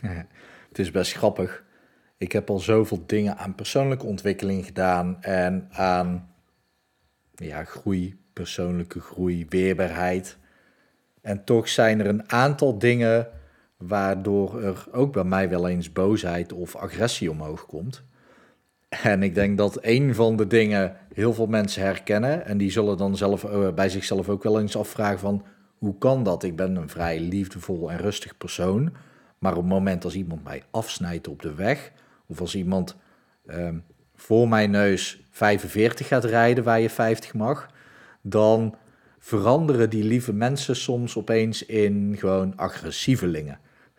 Het is best grappig. Ik heb al zoveel dingen aan persoonlijke ontwikkeling gedaan en aan groei, persoonlijke groei, weerbaarheid. En toch zijn er een aantal dingen waardoor er ook bij mij wel eens boosheid of agressie omhoog komt. En ik denk dat een van de dingen heel veel mensen herkennen. En die zullen dan zelf, bij zichzelf ook wel eens afvragen van... Hoe kan dat? Ik ben een vrij liefdevol en rustig persoon. Maar op het moment als iemand mij afsnijdt op de weg... of als iemand ehm, voor mijn neus 45 gaat rijden waar je 50 mag... dan veranderen die lieve mensen soms opeens in gewoon agressievelingen.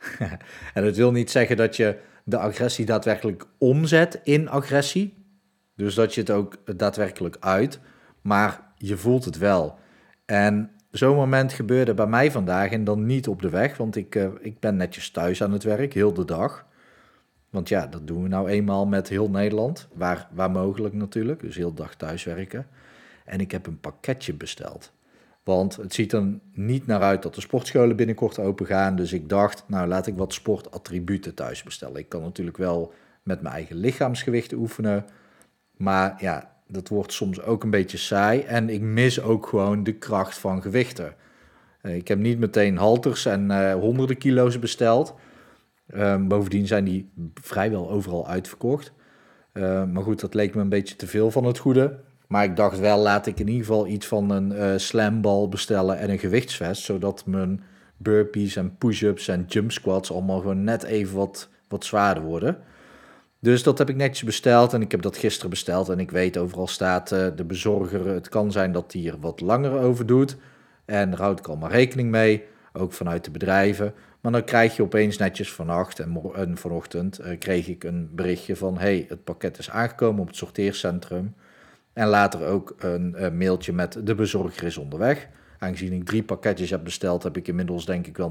En dat wil niet zeggen dat je de agressie daadwerkelijk omzet in agressie. Dus dat je het ook daadwerkelijk uit. Maar je voelt het wel. En zo'n moment gebeurde bij mij vandaag en dan niet op de weg. Want ik ben netjes thuis aan het werk, heel de dag. Want ja, dat doen we nou eenmaal met heel Nederland. Waar mogelijk natuurlijk. Dus heel de dag thuiswerken. En ik heb een pakketje besteld. Want het ziet er niet naar uit dat de sportscholen binnenkort open gaan. Dus ik dacht, nou laat ik wat sportattributen thuis bestellen. Ik kan natuurlijk wel met mijn eigen lichaamsgewicht oefenen. Maar ja, dat wordt soms ook een beetje saai. En ik mis ook gewoon de kracht van gewichten. Ik heb niet meteen halters en honderden kilo's besteld. Bovendien zijn die vrijwel overal uitverkocht. Maar goed, dat leek me een beetje te veel van het goede. Maar ik dacht wel, laat ik in ieder geval iets van een slambal bestellen en een gewichtsvest. Zodat mijn burpees en push-ups en jump squats allemaal gewoon net even wat zwaarder worden. Dus dat heb ik netjes besteld en ik heb dat gisteren besteld. En ik weet, overal staat de bezorger, het kan zijn dat die er wat langer over doet. En daar houd ik allemaal rekening mee, ook vanuit de bedrijven. Maar dan krijg je opeens netjes vannacht en vanochtend kreeg ik een berichtje van... hey, het pakket is aangekomen op het sorteercentrum. En later ook een mailtje met de bezorger is onderweg. Aangezien ik 3 pakketjes heb besteld, heb ik inmiddels denk ik wel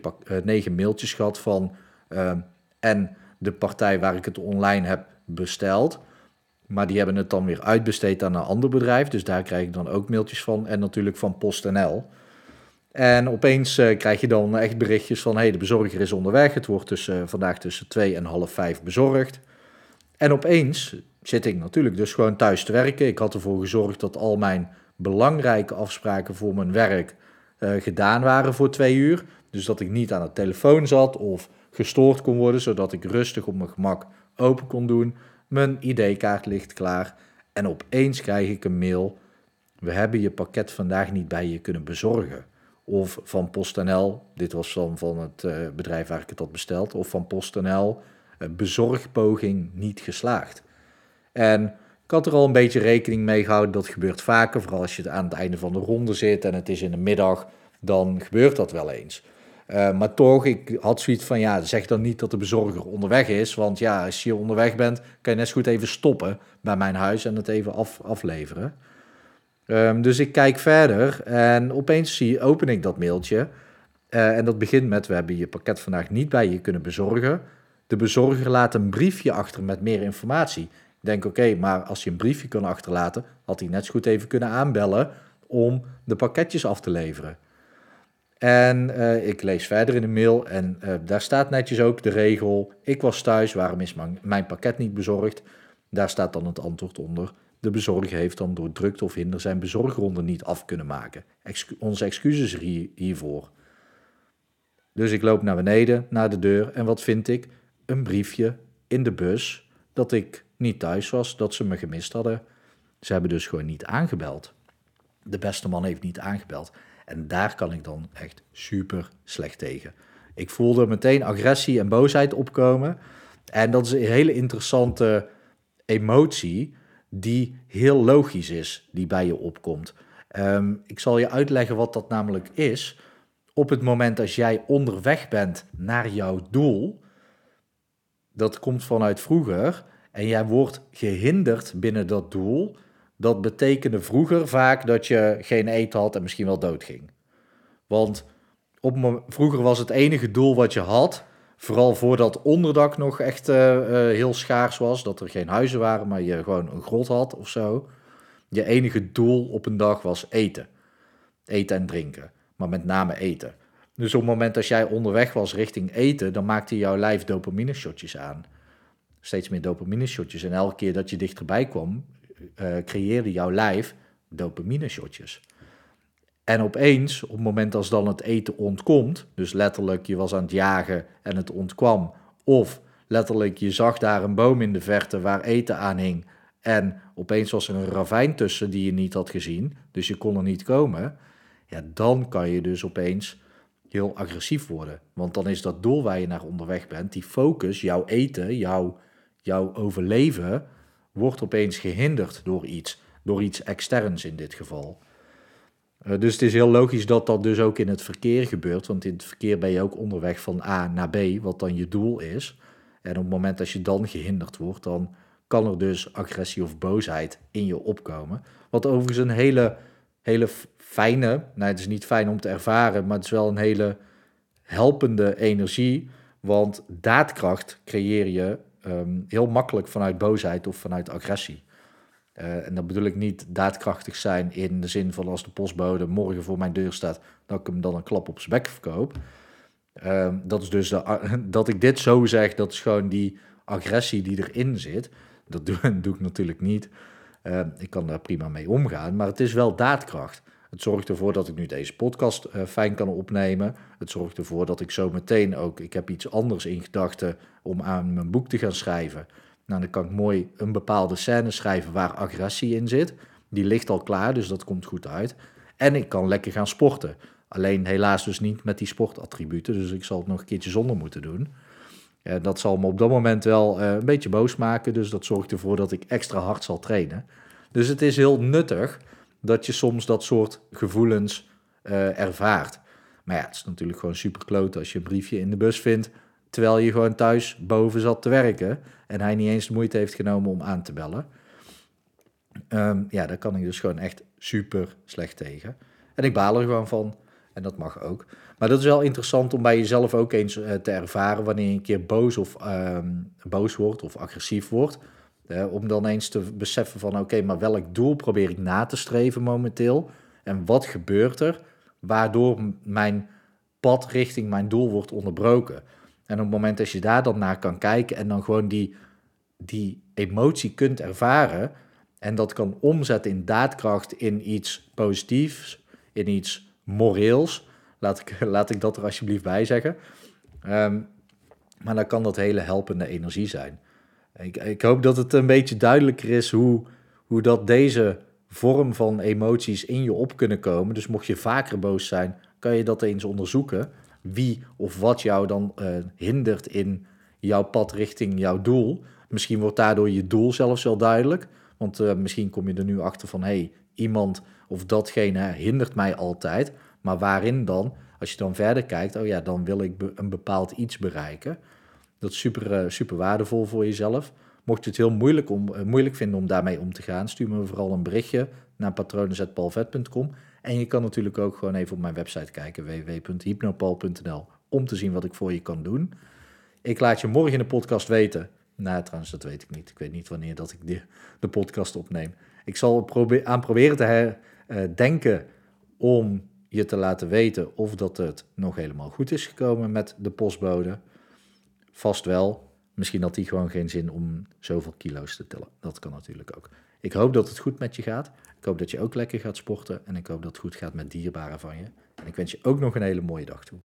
9 mailtjes gehad van... en de partij waar ik het online heb besteld. Maar die hebben het dan weer uitbesteed aan een ander bedrijf. Dus daar krijg ik dan ook mailtjes van. En natuurlijk van PostNL. En opeens krijg je dan echt berichtjes van... hey, de bezorger is onderweg. Het wordt vandaag tussen 2 en half 5 bezorgd. En opeens zit ik natuurlijk dus gewoon thuis te werken. Ik had ervoor gezorgd dat al mijn belangrijke afspraken voor mijn werk... gedaan waren voor 2 uur. Dus dat ik niet aan de telefoon zat of gestoord kon worden... zodat ik rustig op mijn gemak open kon doen. Mijn ID-kaart ligt klaar. En opeens krijg ik een mail... we hebben je pakket vandaag niet bij je kunnen bezorgen. Of van PostNL, dit was dan van het bedrijf waar ik het had besteld... of van PostNL, bezorgpoging niet geslaagd. En ik had er al een beetje rekening mee gehouden, dat gebeurt vaker. Vooral als je aan het einde van de ronde zit en het is in de middag, dan gebeurt dat wel eens. Maar toch, ik had zoiets van, ja, zeg dan niet dat de bezorger onderweg is. Want ja, als je onderweg bent, kan je net zo goed even stoppen bij mijn huis en het even afleveren. Dus ik kijk verder en opeens open ik dat mailtje. En dat begint met, we hebben je pakket vandaag niet bij je kunnen bezorgen. De bezorger laat een briefje achter met meer informatie. Ik denk, oké, maar als je een briefje kan achterlaten, had hij net zo goed even kunnen aanbellen om de pakketjes af te leveren. En ik lees verder in de mail en daar staat netjes ook de regel, ik was thuis, waarom is mijn pakket niet bezorgd? Daar staat dan het antwoord onder. De bezorger heeft dan door drukte of hinder zijn bezorgronde niet af kunnen maken. Onze excuses hiervoor. Dus ik loop naar beneden, naar de deur en wat vind ik? Een briefje in de bus dat ik niet thuis was, dat ze me gemist hadden. Ze hebben dus gewoon niet aangebeld. De beste man heeft niet aangebeld. En daar kan ik dan echt super slecht tegen. Ik voelde meteen agressie en boosheid opkomen. En dat is een hele interessante emotie die heel logisch is, die bij je opkomt. Ik zal je uitleggen wat dat namelijk is. Op het moment als jij onderweg bent naar jouw doel, dat komt vanuit vroeger, en jij wordt gehinderd binnen dat doel, dat betekende vroeger vaak dat je geen eten had en misschien wel doodging. Want vroeger was het enige doel wat je had, vooral voordat onderdak nog echt heel schaars was, dat er geen huizen waren, maar je gewoon een grot had of zo. Je enige doel op een dag was eten. Eten en drinken, maar met name eten. Dus op het moment dat jij onderweg was richting eten, dan maakte jouw lijf dopamine-shotjes aan. Steeds meer dopamine-shotjes. En elke keer dat je dichterbij kwam, creëerde jouw lijf dopamine-shotjes. En opeens, op het moment als dan het eten ontkomt, dus letterlijk je was aan het jagen en het ontkwam, of letterlijk je zag daar een boom in de verte waar eten aan hing en opeens was er een ravijn tussen die je niet had gezien, dus je kon er niet komen, ja, dan kan je dus opeens heel agressief worden. Want dan is dat doel waar je naar onderweg bent, die focus, jouw eten, jouw overleven, wordt opeens gehinderd door iets externs in dit geval. Dus het is heel logisch dat dat dus ook in het verkeer gebeurt. Want in het verkeer ben je ook onderweg van A naar B, wat dan je doel is. En op het moment dat je dan gehinderd wordt, dan kan er dus agressie of boosheid in je opkomen. Wat overigens een hele fijne, het is niet fijn om te ervaren, maar het is wel een hele helpende energie. Want daadkracht creëer je heel makkelijk vanuit boosheid of vanuit agressie. En dan bedoel ik niet daadkrachtig zijn in de zin van als de postbode morgen voor mijn deur staat, dat ik hem dan een klap op zijn bek verkoop. Dat is dus dat ik dit zo zeg, dat is gewoon die agressie die erin zit. Dat doe ik natuurlijk niet. Ik kan daar prima mee omgaan, maar het is wel daadkracht. Het zorgt ervoor dat ik nu deze podcast fijn kan opnemen. Het zorgt ervoor dat ik zo meteen ook, ik heb iets anders in gedachten om aan mijn boek te gaan schrijven. Nou, dan kan ik mooi een bepaalde scène schrijven waar agressie in zit. Die ligt al klaar, dus dat komt goed uit. En ik kan lekker gaan sporten. Alleen helaas dus niet met die sportattributen, dus ik zal het nog een keertje zonder moeten doen. Dat zal me op dat moment wel een beetje boos maken, dus dat zorgt ervoor dat ik extra hard zal trainen. Dus het is heel nuttig dat je soms dat soort gevoelens ervaart. Maar ja, het is natuurlijk gewoon super kloot als je een briefje in de bus vindt, terwijl je gewoon thuis boven zat te werken en hij niet eens de moeite heeft genomen om aan te bellen. Daar kan ik dus gewoon echt super slecht tegen. En ik baal er gewoon van. En dat mag ook. Maar dat is wel interessant om bij jezelf ook eens te ervaren wanneer je een keer boos wordt of agressief wordt. Om dan eens te beseffen van oké, maar welk doel probeer ik na te streven momenteel? En wat gebeurt er waardoor mijn pad richting mijn doel wordt onderbroken? En op het moment dat je daar dan naar kan kijken en dan gewoon die emotie kunt ervaren en dat kan omzetten in daadkracht, in iets positiefs, in iets moreels, laat ik dat er alsjeblieft bij zeggen. Maar dan kan dat hele helpende energie zijn. Ik hoop dat het een beetje duidelijker is hoe dat deze vorm van emoties in je op kunnen komen. Dus mocht je vaker boos zijn, kan je dat eens onderzoeken. Wie of wat jou dan hindert in jouw pad richting jouw doel. Misschien wordt daardoor je doel zelfs wel duidelijk. Want misschien kom je er nu achter van, iemand of datgene hindert mij altijd. Maar waarin dan? Als je dan verder kijkt, dan wil ik een bepaald iets bereiken. Dat is super waardevol voor jezelf. Mocht je het heel moeilijk vinden om daarmee om te gaan, stuur me vooral een berichtje naar patronen@paulvet.com. En je kan natuurlijk ook gewoon even op mijn website kijken, www.hypnopal.nl, om te zien wat ik voor je kan doen. Ik laat je morgen in de podcast weten. Nou, trouwens, dat weet ik niet. Ik weet niet wanneer dat ik de podcast opneem. Ik zal proberen te denken om je te laten weten of dat het nog helemaal goed is gekomen met de postbode. Vast wel. Misschien had hij gewoon geen zin om zoveel kilo's te tillen. Dat kan natuurlijk ook. Ik hoop dat het goed met je gaat. Ik hoop dat je ook lekker gaat sporten. En ik hoop dat het goed gaat met dierbaren van je. En ik wens je ook nog een hele mooie dag toe.